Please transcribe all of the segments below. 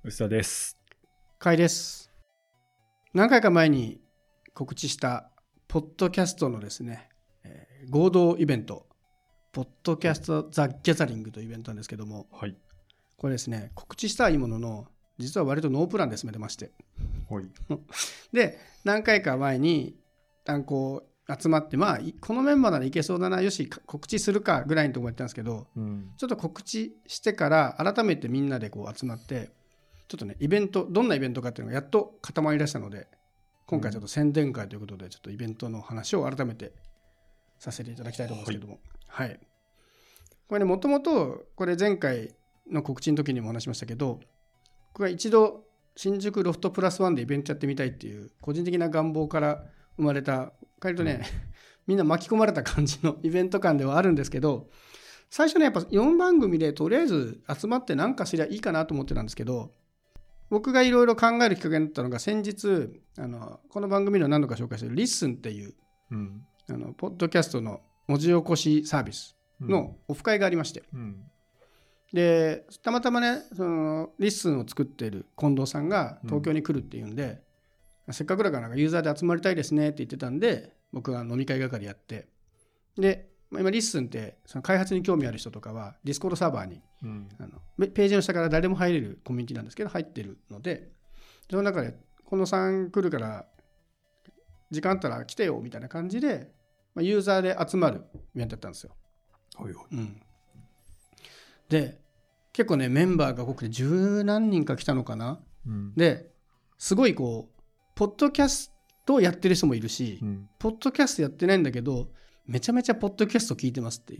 薄田です。 甲斐です。何回か前に告知したポッドキャストのですね、合同イベント、ポッドキャストザ・ギャザリングというイベントなんですけども、 はい、 これですね、告知したいものの実は割とノープランで進めてまして、 はい、 で何回か前に単行集まって、このメンバーならいけそうだな、よし告知するかぐらいのところやったんですけど、ちょっと告知してから改めてみんなでこう集まって、ちょっとね、イベント、どんなイベントかっていうのがやっと固まりだしたので、今回ちょっと宣伝会ということで、ちょっとイベントの話を改めてさせていただきたいと思うんですけども、はい。これね、もともとこれ前回の告知の時にも話しましたけど、僕が一度新宿ロフトプラスワンでイベントやってみたいっていう個人的な願望から生まれた、割とね、みんな巻き込まれた感じのイベント感ではあるんですけど、最初ね、やっぱ4番組でとりあえず集まって何かすりゃいいかなと思ってたんですけど、僕がいろいろ考えるきっかけになったのが、先日この番組では何度か紹介しているリッスンっていう、ポッドキャストの文字起こしサービスのオフ会がありまして、でたまたまね、そのリッスンを作っている近藤さんが東京に来るっていうんで、せっかくだからユーザーで集まりたいですねって言ってたんで、僕が飲み会係やって、で今リッスンってその開発に興味ある人とかはディスコードサーバーに、ページの下から誰でも入れるコミュニティなんですけど入ってるので、その中で近藤さん来るから時間あったら来てよみたいな感じで、ユーザーで集まるイベントだったんですよ。で結構ね、メンバーが多くて十何人か来たのかな、ですごいこうポッドキャストをやってる人もいるし、ポッドキャストやってないんだけどめちゃめちゃポッドキャスト聞いてますっていう、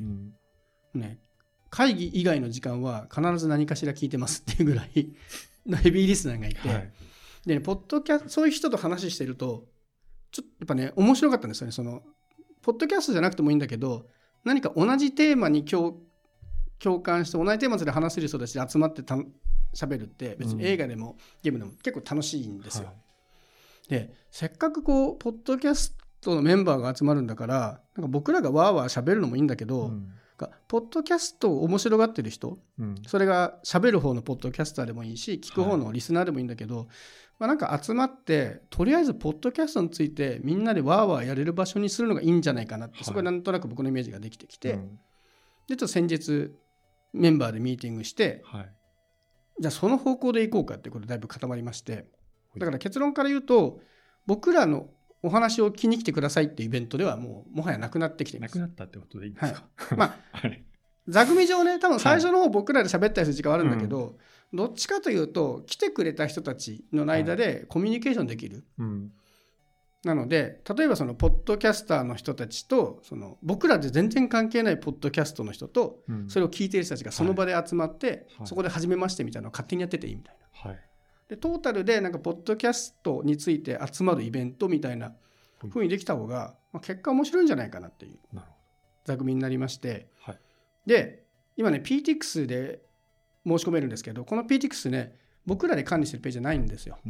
ね、会議以外の時間は必ず何かしら聞いてますっていうぐらいのヘビーリスナーがいて、でね、ポッドキャスト、そういう人と話してるとちょっとやっぱね面白かったんですよね。そのポッドキャストじゃなくてもいいんだけど、何か同じテーマに共感して同じテーマで話せる人たちで集まって喋るって、別に映画でもゲームでも結構楽しいんですよ。でせっかくこうポッドキャストのメンバーが集まるんだから、なんか僕らがワーワー喋るのもいいんだけど、ポッドキャストを面白がってる人、それが喋る方のポッドキャスターでもいいし、聞く方のリスナーでもいいんだけど、なんか集まってとりあえずポッドキャストについてみんなでワーワーやれる場所にするのがいいんじゃないかなって、そこでなんとなく僕のイメージができてきて、でちょっと先日メンバーでミーティングして、じゃあその方向でいこうかっていうことでだいぶ固まりまして、だから結論から言うと、僕らのお話を聞きに来てくださいっていうイベントではもはやなくなってきています。 なくなったってことでいいんですか？ 座組上ね、多分最初の方僕らで喋ったりする時間はあるんだけど、どっちかというと来てくれた人たちの間でコミュニケーションできる、なので例えばそのポッドキャスターの人たちと、その僕らで全然関係ないポッドキャストの人と、それを聞いている人たちがその場で集まって、そこで初めましてみたいなのを勝手にやってていいみたいな、でトータルでなんかポッドキャストについて集まるイベントみたいな風にできた方が、結果面白いんじゃないかなっていう座組になりまして、で今ね PTX で申し込めるんですけど、この PTX ね、僕らで管理してるページじゃないんですよ。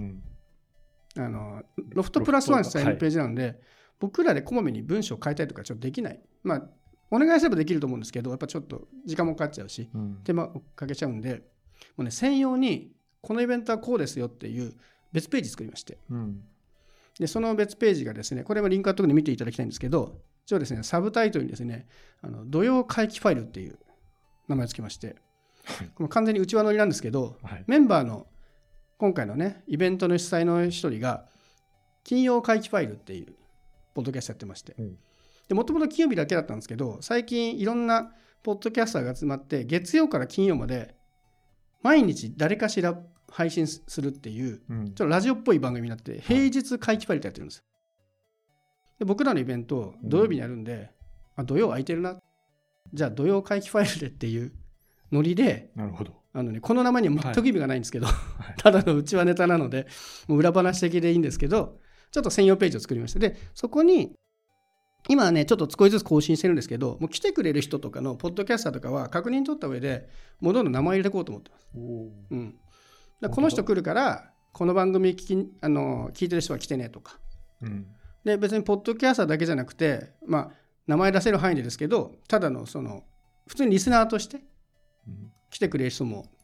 ロフトプラスワン主催のページなので、僕らでこまめに文章を変えたりとかちょっとできない。お願いすればできると思うんですけど、やっぱちょっと時間もかかっちゃうし、手間をかけちゃうんで、もうね、専用にこのイベントはこうですよっていう別ページ作りまして、でその別ページがですね、これもリンク貼っとくので見ていただきたいんですけど、一応ですね、サブタイトルにですね、土曜回帰ファイルっていう名前をつけまして、これ完全に内輪乗りなんですけど、メンバーの今回のねイベントの主催の一人が金曜回帰ファイルっていうポッドキャストやってまして、でもともと金曜日だけだったんですけど、最近いろんなポッドキャスターが集まって月曜から金曜まで毎日誰かしら配信するっていう、ちょっとラジオっぽい番組になって、平日回帰ファイルってやってるんです。で僕らのイベント土曜日にやるんで、土曜空いてるな、じゃあ土曜回帰ファイルでっていうノリで、この名前には全く意味がないんですけど、ただのうちはネタなのでもう裏話的でいいんですけど、ちょっと専用ページを作りました。でそこに今はねちょっと少しずつ更新してるんですけど、もう来てくれる人とかのポッドキャスターとかは確認取った上でもうどんどん名前入れていこうと思ってます。この人来るからこの番組聞いてる人は来てねとか、で別にポッドキャスターだけじゃなくて、名前出せる範囲でですけど、ただのその普通にリスナーとして来てくれる人も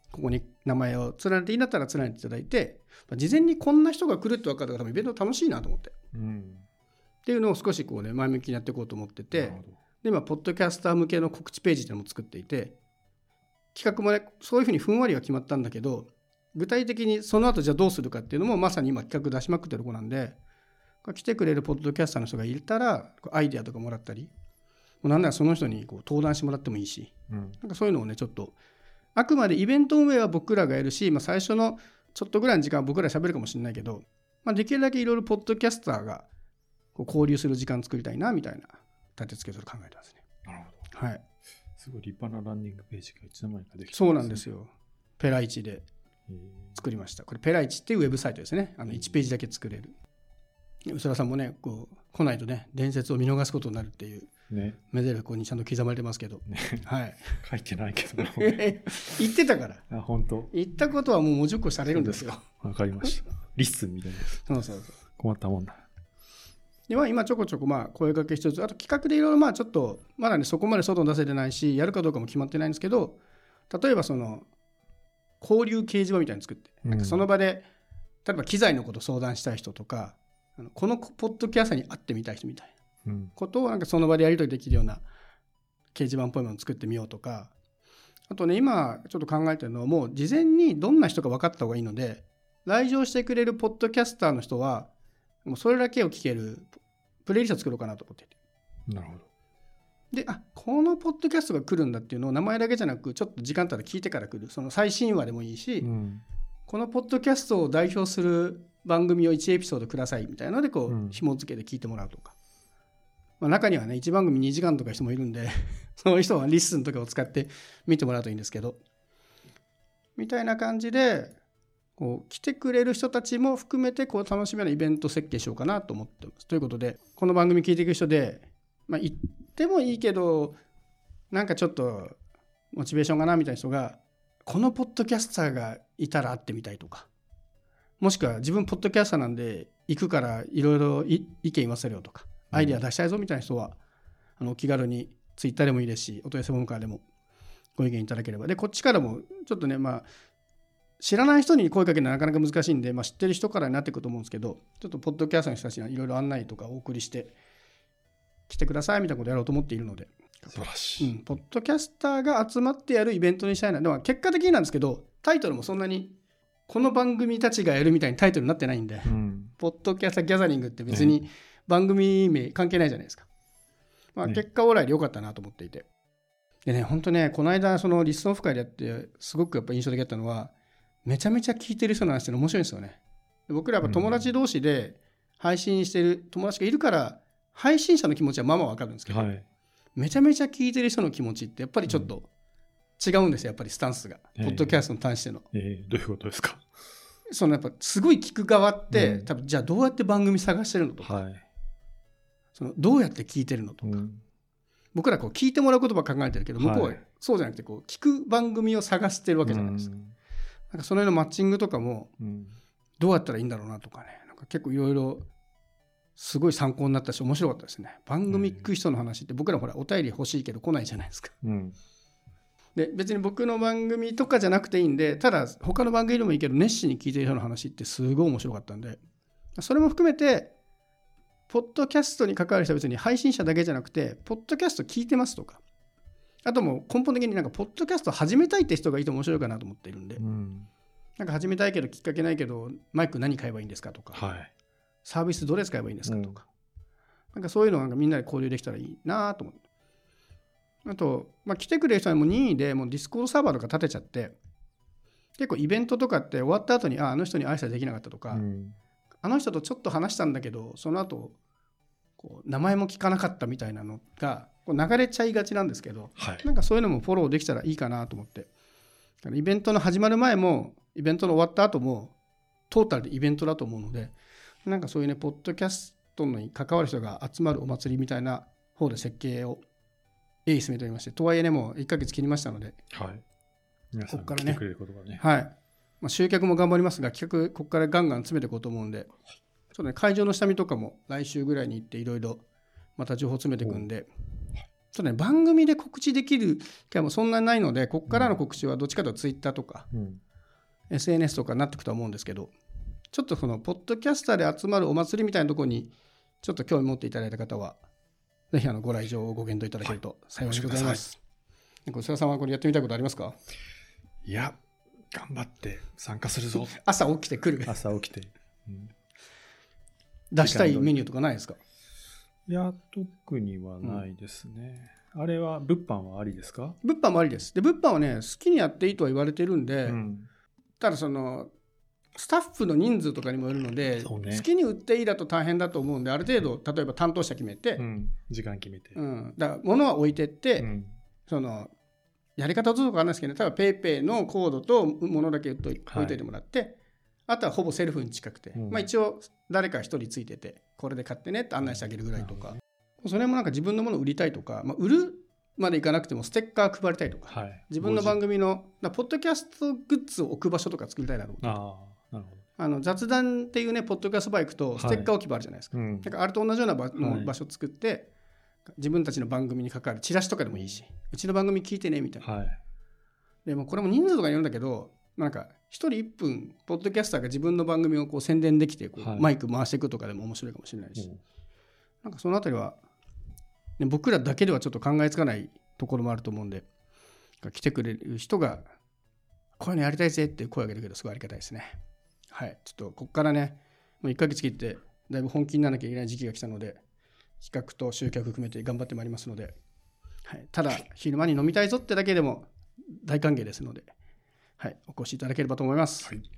ここに名前を連ねていいんだったら連ねていただいて、事前にこんな人が来るって分かったから多分イベント楽しいなと思って、っていうのを少しこうね前向きにやっていこうと思ってて、で今ポッドキャスター向けの告知ページっていうのも作っていて、企画もねそういうふうにふんわりは決まったんだけど、具体的にその後じゃあどうするかっていうのもまさに今企画出しまくってるところなんで、来てくれるポッドキャスターの人がいたらアイデアとかもらったり、もうなんならその人にこう登壇してもらってもいいし、なんかそういうのをねちょっとあくまでイベント運営は僕らがやるし、最初のちょっとぐらいの時間は僕ら喋るかもしれないけど、できるだけいろいろポッドキャスターがこう交流する時間作りたいなみたいな立て付けを考えてますね。 なるほど。 はい。 すごい立派なランディングページがいつの間にかできて、 そうなんですよ。ペライチで作りました。これペライチっていうウェブサイトですね。1ページだけ作れる。宇佐田さんもねこう来ないとね伝説を見逃すことになるっていう目でここにちゃんと刻まれてますけど、はい、 書いてないけど言ってたから。 本当。 言ったことはもう文字起こしされるんですよ。 わかりました。リッスンみたいな。そう困ったもんだ。 で今ちょこちょこ声かけ一つ、あと企画でいろいろちょっとまだねそこまで外に出せてないし、やるかどうかも決まってないんですけど、例えばその交流掲示板みたいに作って、なんかその場で例えば機材のこと相談したい人とか、このポッドキャスターに会ってみたい人みたいなことをなんかその場でやり取りできるような掲示板っぽいものを作ってみようとか、あとね今ちょっと考えてるのはもう事前にどんな人か分かった方がいいので、来場してくれるポッドキャスターの人はもうそれだけを聞けるプレイリストを作ろうかなと思っていて。 なるほど。 でこのポッドキャストが来るんだっていうのを名前だけじゃなくちょっと時間経ったら聞いてから来る、その最新話でもいいし、このポッドキャストを代表する番組を1エピソードくださいみたいなのでこう紐付けて聞いてもらうとか、中にはね1番組2時間とか人もいるんでその人はリッスンとかを使って見てもらうといいんですけど、みたいな感じでこう来てくれる人たちも含めてこう楽しめるイベント設計しようかなと思ってます。ということでこの番組聞いていく人で、行ってもいいけどなんかちょっとモチベーションがなみたいな人がこのポッドキャスターがいたら会ってみたいとか、もしくは自分ポッドキャスターなんで行くからいろいろ意見言わせるよとか、アイデア出したいぞみたいな人はお気軽にツイッターでもいいですし、お問い合わせフォームからでもご意見いただければ。でこっちからもちょっとね知らない人に声かけるのはなかなか難しいんで、知ってる人からになっていくと思うんですけど、ちょっとポッドキャスターの人たちにいろいろ案内とかお送りして来てくださいみたいなことをやろうと思っているので、 素晴らしい、 ポッドキャスターが集まってやるイベントにしたいな。でも結果的になんですけど、タイトルもそんなにこの番組たちがやるみたいにタイトルになってないんで、ポッドキャスターギャザリングって別に番組名関係ないじゃないですか。結果オーライで良かったなと思っていて、でね本当ねこの間そのリストオフ会でやってすごくやっぱ印象的だったのは、めちゃめちゃ聞いてる人の話って面白いんですよね。僕らやっぱ友達同士で配信してる友達がいるから配信者の気持ちはまあまあ分かるんですけど、めちゃめちゃ聞いてる人の気持ちってやっぱりちょっと違うんですよ。やっぱりスタンスが、ポッドキャストに対しての、 どういうことですか。 そのやっぱすごい聞く側って、多分じゃあどうやって番組探してるのとか、そのどうやって聞いてるのとか、僕らこう聞いてもらうことば考えてるけど、向こうはそうじゃなくてこう聞く番組を探してるわけじゃないですか。なんかその辺のマッチングとかもどうやったらいいんだろうなとかね、なんか結構いろいろすごい参考になったし面白かったですね。番組聞く人の話って僕らほらお便り欲しいけど来ないじゃないですか。で別に僕の番組とかじゃなくていいんで、ただ他の番組でもいいけど熱心に聞いてる人の話ってすごい面白かったんで、それも含めてポッドキャストに関わる人は別に配信者だけじゃなくてポッドキャスト聞いてますとか、あともう根本的になんかポッドキャスト始めたいって人がいて面白いかなと思っているんで、なんか始めたいけどきっかけないけどマイク何買えばいいんですかとか、サービスどれ使えばいいんですかとか、なんかそういうのなんかみんなで交流できたらいいなと思って、あと、来てくれる人はもう任意でもうディスコードサーバーとか立てちゃって、結構イベントとかって終わった後にあの人に挨拶できなかったとか、あの人とちょっと話したんだけどその後こう名前も聞かなかったみたいなのがこう流れちゃいがちなんですけど、なんかそういうのもフォローできたらいいかなと思って、イベントの始まる前もイベントの終わった後もトータルでイベントだと思うので、なんかそういうねポッドキャストに関わる人が集まるお祭りみたいな方で設計を進めておりまして、とはいえねもう1ヶ月切りましたので、 皆さんここからね来てくれることがね、 集客も頑張りますが企画ここからガンガン詰めていこうと思うんで、ちょっとね会場の下見とかも来週ぐらいに行っていろいろまた情報詰めていくんで、 ちょっとね、番組で告知できる機会もそんなにないので、ここからの告知はどっちかというとツイッターとか、SNS とかになっていくとは思うんですけど、ちょっとそのポッドキャスターで集まるお祭りみたいなところにちょっと興味持っていただいた方は、ぜひご来場をご検討いただけると幸いでございます。小菅さんはこれやってみたいことありますか？ いや、頑張って参加するぞ。 朝起きてくる。 朝起きて、 出したいメニューとかないですか？ いや、特にはないですね。あれは物販はありですか？ 物販もありです。で、物販はね、好きにやっていいとは言われてるんで、ただそのスタッフの人数とかにもよるので、好きに売っていいだと大変だと思うんで、ある程度例えば担当者決めて、 時間決めて、 だから物は置いてって、そのやり方はどうかわかんないですけど、ね、例えばペイペイのコードと物だけ置いといてもらって、あとはほぼセルフに近くて、一応誰か一人ついてて、これで買ってねって案内してあげるぐらいとか、それもなんか自分のものを売りたいとか、売るまでいかなくてもステッカー配りたいとか、自分の番組のポッドキャストグッズを置く場所とか作りたいなと思って。 なるほど。 雑談っていうね、ポッドキャストバイクとステッカー置き場あるじゃないですか。なんかあれと同じような場所を作って、自分たちの番組に関わるチラシとかでもいいし、うちの番組聞いてねみたいな。でもこれも人数とかによるんだけど、なんか一人1分ポッドキャスターが自分の番組をこう宣伝できてマイク回していくとかでも面白いかもしれないし、なんかそのあたりは、ね、僕らだけではちょっと考えつかないところもあると思うんで、来てくれる人がこういうのやりたいぜっていう声を上げるけどすごいありがたいですね。はい、ちょっとここからね、もう1ヶ月切ってだいぶ本気にならなきゃいけない時期が来たので、企画と集客含めて頑張ってまいりますので、はい、ただ昼間に飲みたいぞってだけでも大歓迎ですので、はい、お越しいただければと思います。